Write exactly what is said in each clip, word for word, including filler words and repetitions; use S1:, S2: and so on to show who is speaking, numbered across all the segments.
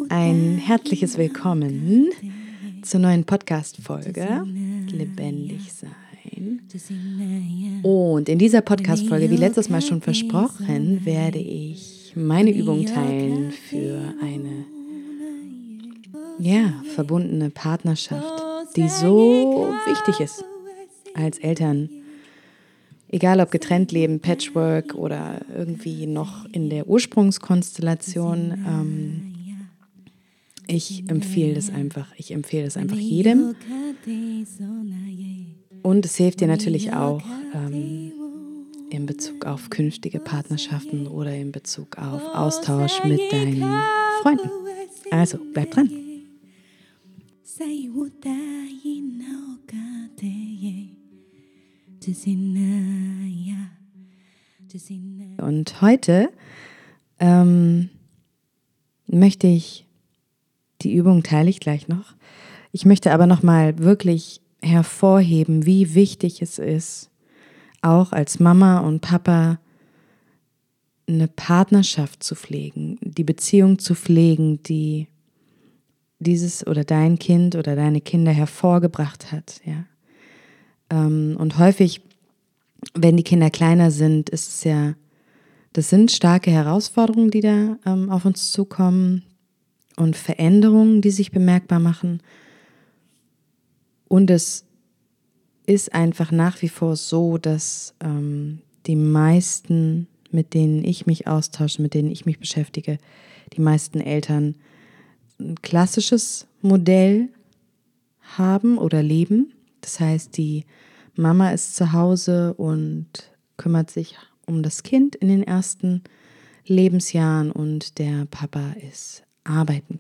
S1: ein herzliches Willkommen zur neuen Podcast-Folge Lebendig Sein. Und in dieser Podcast-Folge, wie letztes Mal schon versprochen, werde ich meine Übung teilen für eine ja, verbundene Partnerschaft, die so wichtig ist als Eltern. Egal ob getrennt leben, Patchwork oder irgendwie noch in der Ursprungskonstellation, ähm, ich empfehle das einfach. Ich empfehle das einfach jedem. Und es hilft dir natürlich auch ähm, in Bezug auf künftige Partnerschaften oder in Bezug auf Austausch mit deinen Freunden. Also, bleib dran. Und heute ähm, möchte ich, die Übung teile ich gleich noch, ich möchte aber nochmal wirklich hervorheben, wie wichtig es ist, auch als Mama und Papa eine Partnerschaft zu pflegen, die Beziehung zu pflegen, die dieses oder dein Kind oder deine Kinder hervorgebracht hat. Ja? Ähm, und häufig, wenn die Kinder kleiner sind, ist es ja, das sind starke Herausforderungen, die da ähm, auf uns zukommen und Veränderungen, die sich bemerkbar machen. Und es ist einfach nach wie vor so, dass ähm, die meisten, mit denen ich mich austausche, mit denen ich mich beschäftige, die meisten Eltern ein klassisches Modell haben oder leben. Das heißt, die Mama ist zu Hause und kümmert sich um das Kind in den ersten Lebensjahren und der Papa ist arbeiten.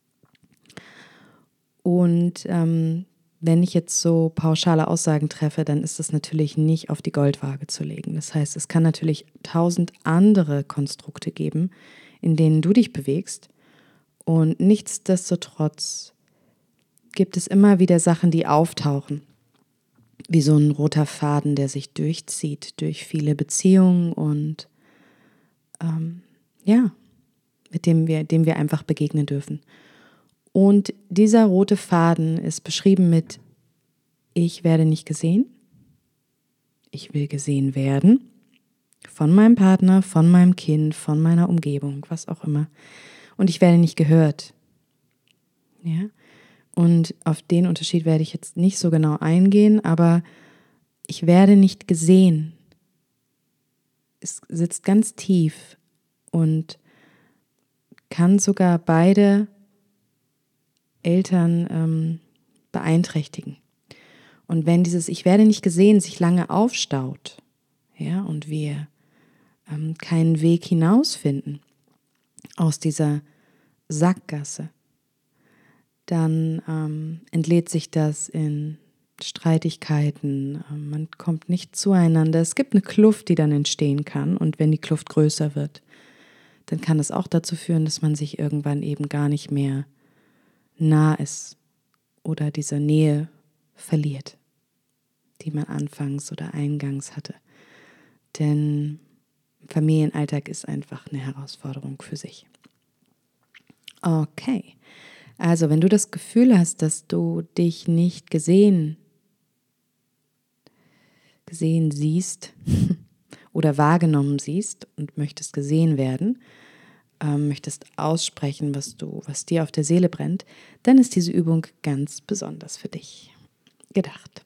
S1: Und ähm, wenn ich jetzt so pauschale Aussagen treffe, dann ist das natürlich nicht auf die Goldwaage zu legen. Das heißt, es kann natürlich tausend andere Konstrukte geben, in denen du dich bewegst. Und nichtsdestotrotz gibt es immer wieder Sachen, die auftauchen. Wie so ein roter Faden, der sich durchzieht durch viele Beziehungen und ähm, ja, mit dem wir, dem wir einfach begegnen dürfen. Und dieser rote Faden ist beschrieben mit: Ich werde nicht gesehen, ich will gesehen werden von meinem Partner, von meinem Kind, von meiner Umgebung, was auch immer. Und ich werde nicht gehört. Ja? Und auf den Unterschied werde ich jetzt nicht so genau eingehen, aber ich werde nicht gesehen. Es sitzt ganz tief und kann sogar beide Eltern ähm, beeinträchtigen. Und wenn dieses Ich werde nicht gesehen sich lange aufstaut, ja, und wir ähm, keinen Weg hinausfinden aus dieser Sackgasse, dann ähm, entlädt sich das in Streitigkeiten, ähm, man kommt nicht zueinander. Es gibt eine Kluft, die dann entstehen kann, und wenn die Kluft größer wird, dann kann es auch dazu führen, dass man sich irgendwann eben gar nicht mehr nah ist oder diese Nähe verliert, die man anfangs oder eingangs hatte. Denn Familienalltag ist einfach eine Herausforderung für sich. Okay, also wenn du das Gefühl hast, dass du dich nicht gesehen, gesehen siehst oder wahrgenommen siehst und möchtest gesehen werden, ähm, möchtest aussprechen, was du, was dir auf der Seele brennt, dann ist diese Übung ganz besonders für dich gedacht.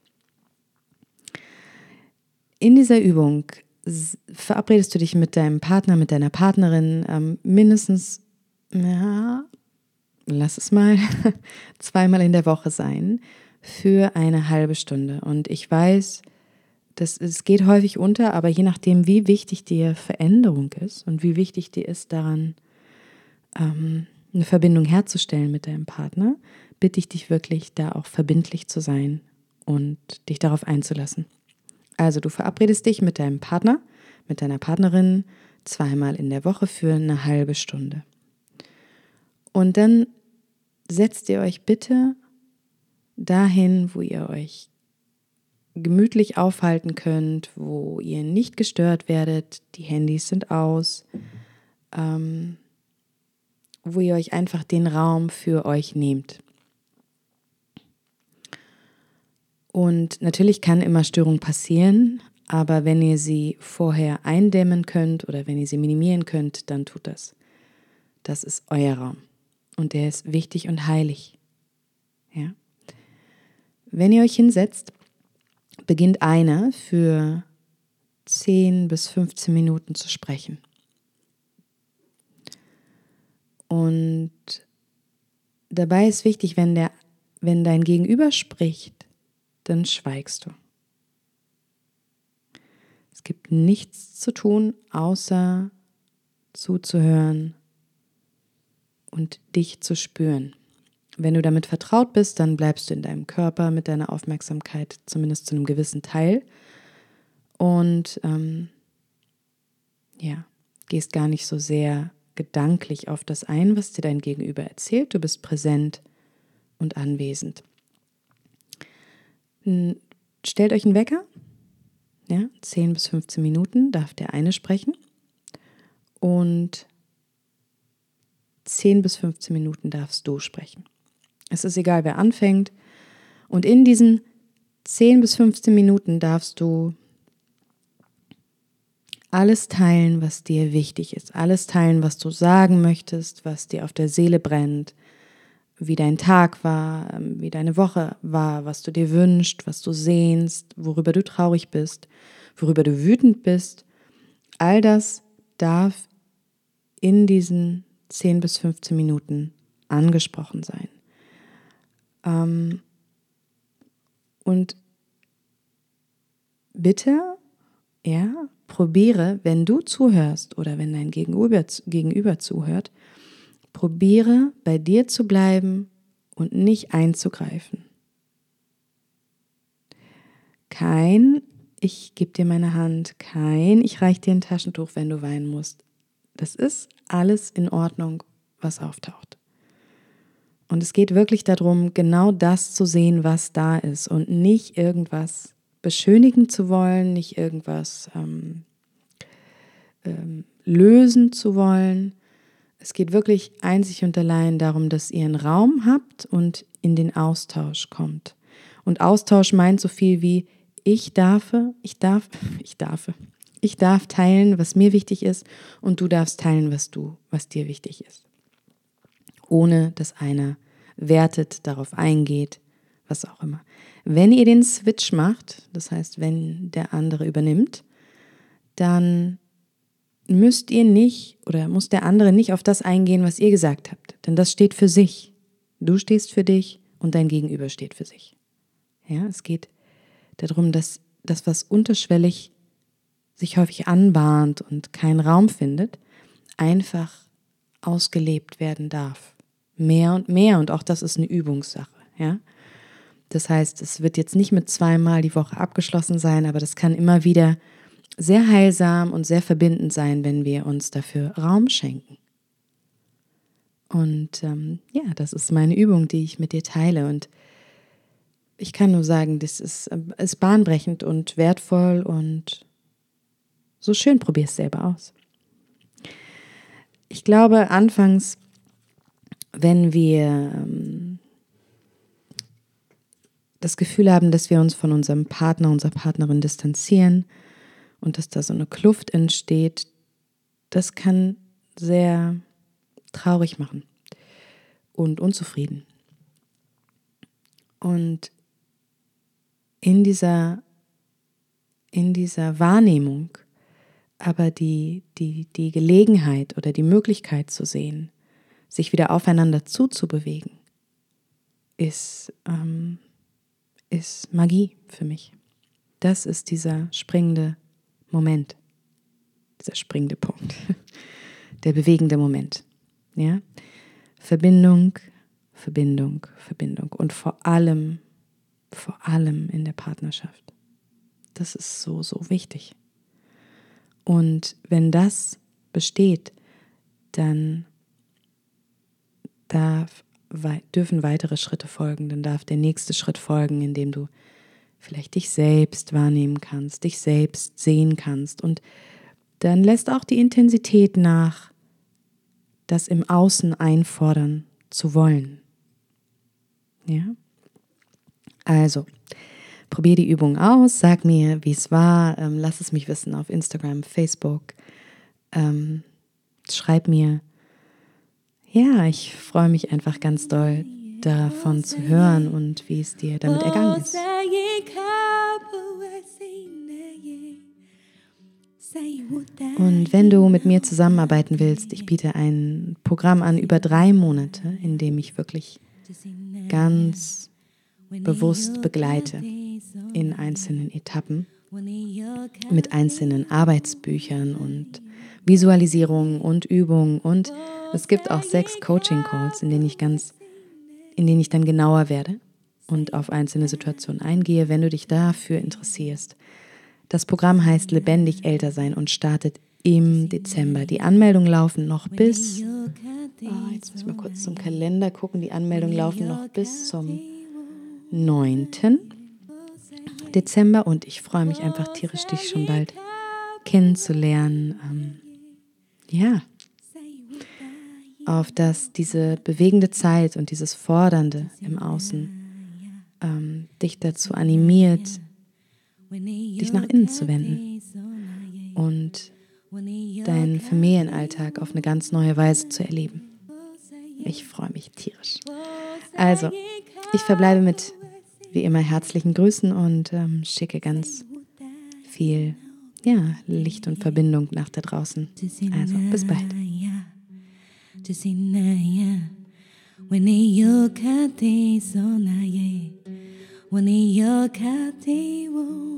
S1: In dieser Übung verabredest du dich mit deinem Partner, mit deiner Partnerin ähm, mindestens, ja, lass es mal, zweimal in der Woche sein für eine halbe Stunde. Und ich weiß, das, es geht häufig unter, aber je nachdem, wie wichtig dir Veränderung ist und wie wichtig dir ist, daran ähm, eine Verbindung herzustellen mit deinem Partner, bitte ich dich wirklich, da auch verbindlich zu sein und dich darauf einzulassen. Also du verabredest dich mit deinem Partner, mit deiner Partnerin zweimal in der Woche für eine halbe Stunde. Und dann setzt ihr euch bitte dahin, wo ihr euch gemütlich aufhalten könnt, wo ihr nicht gestört werdet, die Handys sind aus. Ähm, wo ihr euch einfach den Raum für euch nehmt. Und natürlich kann immer Störung passieren, aber wenn ihr sie vorher eindämmen könnt oder wenn ihr sie minimieren könnt, dann tut das. Das ist euer Raum und der ist wichtig und heilig. Ja? Wenn ihr euch hinsetzt, beginnt einer für zehn bis fünfzehn Minuten zu sprechen. Und dabei ist wichtig, wenn, der, wenn dein Gegenüber spricht, dann schweigst du. Es gibt nichts zu tun, außer zuzuhören und dich zu spüren. Wenn du damit vertraut bist, dann bleibst du in deinem Körper mit deiner Aufmerksamkeit, zumindest zu einem gewissen Teil. Und ähm, ja, gehst gar nicht so sehr gedanklich auf das ein, was dir dein Gegenüber erzählt. Du bist präsent und anwesend. Stellt euch einen Wecker. Ja, zehn bis fünfzehn Minuten darf der eine sprechen. Und zehn bis fünfzehn Minuten darfst du sprechen. Es ist egal, wer anfängt. Und in diesen zehn bis fünfzehn Minuten darfst du alles teilen, was dir wichtig ist. Alles teilen, was du sagen möchtest, was dir auf der Seele brennt, wie dein Tag war, wie deine Woche war, was du dir wünschst, was du sehnst, worüber du traurig bist, worüber du wütend bist. All das darf in diesen zehn bis fünfzehn Minuten angesprochen sein. Ähm, und bitte, ja, probiere, wenn du zuhörst oder wenn dein Gegenüber, Gegenüber zuhört, probiere bei dir zu bleiben und nicht einzugreifen. Kein, ich gebe dir meine Hand, kein, ich reiche dir ein Taschentuch, wenn du weinen musst. Das ist alles in Ordnung, was auftaucht. Und es geht wirklich darum, genau das zu sehen, was da ist und nicht irgendwas beschönigen zu wollen, nicht irgendwas ähm, ähm, lösen zu wollen. Es geht wirklich einzig und allein darum, dass ihr einen Raum habt und in den Austausch kommt. Und Austausch meint so viel wie, ich darf, ich darf, ich darf, ich darf teilen, was mir wichtig ist und du darfst teilen, was du, was dir wichtig ist. Ohne dass einer wertet, darauf eingeht, was auch immer. Wenn ihr den Switch macht, das heißt, wenn der andere übernimmt, dann müsst ihr nicht oder muss der andere nicht auf das eingehen, was ihr gesagt habt. Denn das steht für sich. Du stehst für dich und dein Gegenüber steht für sich. Ja, es geht darum, dass das, was unterschwellig sich häufig anbahnt und keinen Raum findet, einfach ausgelebt werden darf. Mehr und mehr, und auch das ist eine Übungssache. Ja? Das heißt, es wird jetzt nicht mit zweimal die Woche abgeschlossen sein, aber das kann immer wieder sehr heilsam und sehr verbindend sein, wenn wir uns dafür Raum schenken. Und ähm, ja, das ist meine Übung, die ich mit dir teile. Und ich kann nur sagen, das ist, ist bahnbrechend und wertvoll und so schön. Probier es selber aus. Ich glaube, anfangs, wenn wir ähm, das Gefühl haben, dass wir uns von unserem Partner, unserer Partnerin distanzieren und dass da so eine Kluft entsteht, das kann sehr traurig machen und unzufrieden. Und in dieser, in dieser Wahrnehmung aber die, die, die Gelegenheit oder die Möglichkeit zu sehen, sich wieder aufeinander zuzubewegen, ist, ähm, ist Magie für mich. Das ist dieser springende Moment, dieser springende Punkt, der bewegende Moment. Ja? Verbindung, Verbindung, Verbindung und vor allem, vor allem in der Partnerschaft. Das ist so, so wichtig. Und wenn das besteht, dann darf, dürfen weitere Schritte folgen, dann darf der nächste Schritt folgen, indem du vielleicht dich selbst wahrnehmen kannst, dich selbst sehen kannst und dann lässt auch die Intensität nach das im Außen einfordern zu wollen. Ja? Also, probier die Übung aus, sag mir, wie es war, ähm, lass es mich wissen auf Instagram, Facebook, ähm, schreib mir. Ja, ich freue mich einfach ganz doll, davon zu hören und wie es dir damit ergangen ist. Und wenn du mit mir zusammenarbeiten willst, ich biete ein Programm an über drei Monate, in dem ich wirklich ganz bewusst begleite in einzelnen Etappen mit einzelnen Arbeitsbüchern und Visualisierungen und Übungen, und es gibt auch sechs Coaching-Calls, in denen ich ganz, in denen ich dann genauer werde und auf einzelne Situationen eingehe, wenn du dich dafür interessierst. Das Programm heißt Lebendig älter sein und startet im Dezember. Die Anmeldungen laufen noch bis, oh, jetzt muss ich mal kurz zum Kalender gucken, die Anmeldungen laufen noch bis zum neunten Dezember und ich freue mich einfach tierisch, dich schon bald kennenzulernen. Ähm, ja, auf dass diese bewegende Zeit und dieses Fordernde im Außen ähm, dich dazu animiert, dich nach innen zu wenden und deinen Familienalltag auf eine ganz neue Weise zu erleben. Ich freue mich tierisch. Also, ich verbleibe mit, wie immer, herzlichen Grüßen und ähm, schicke ganz viel ja, Licht und Verbindung nach da draußen. Also, bis bald. When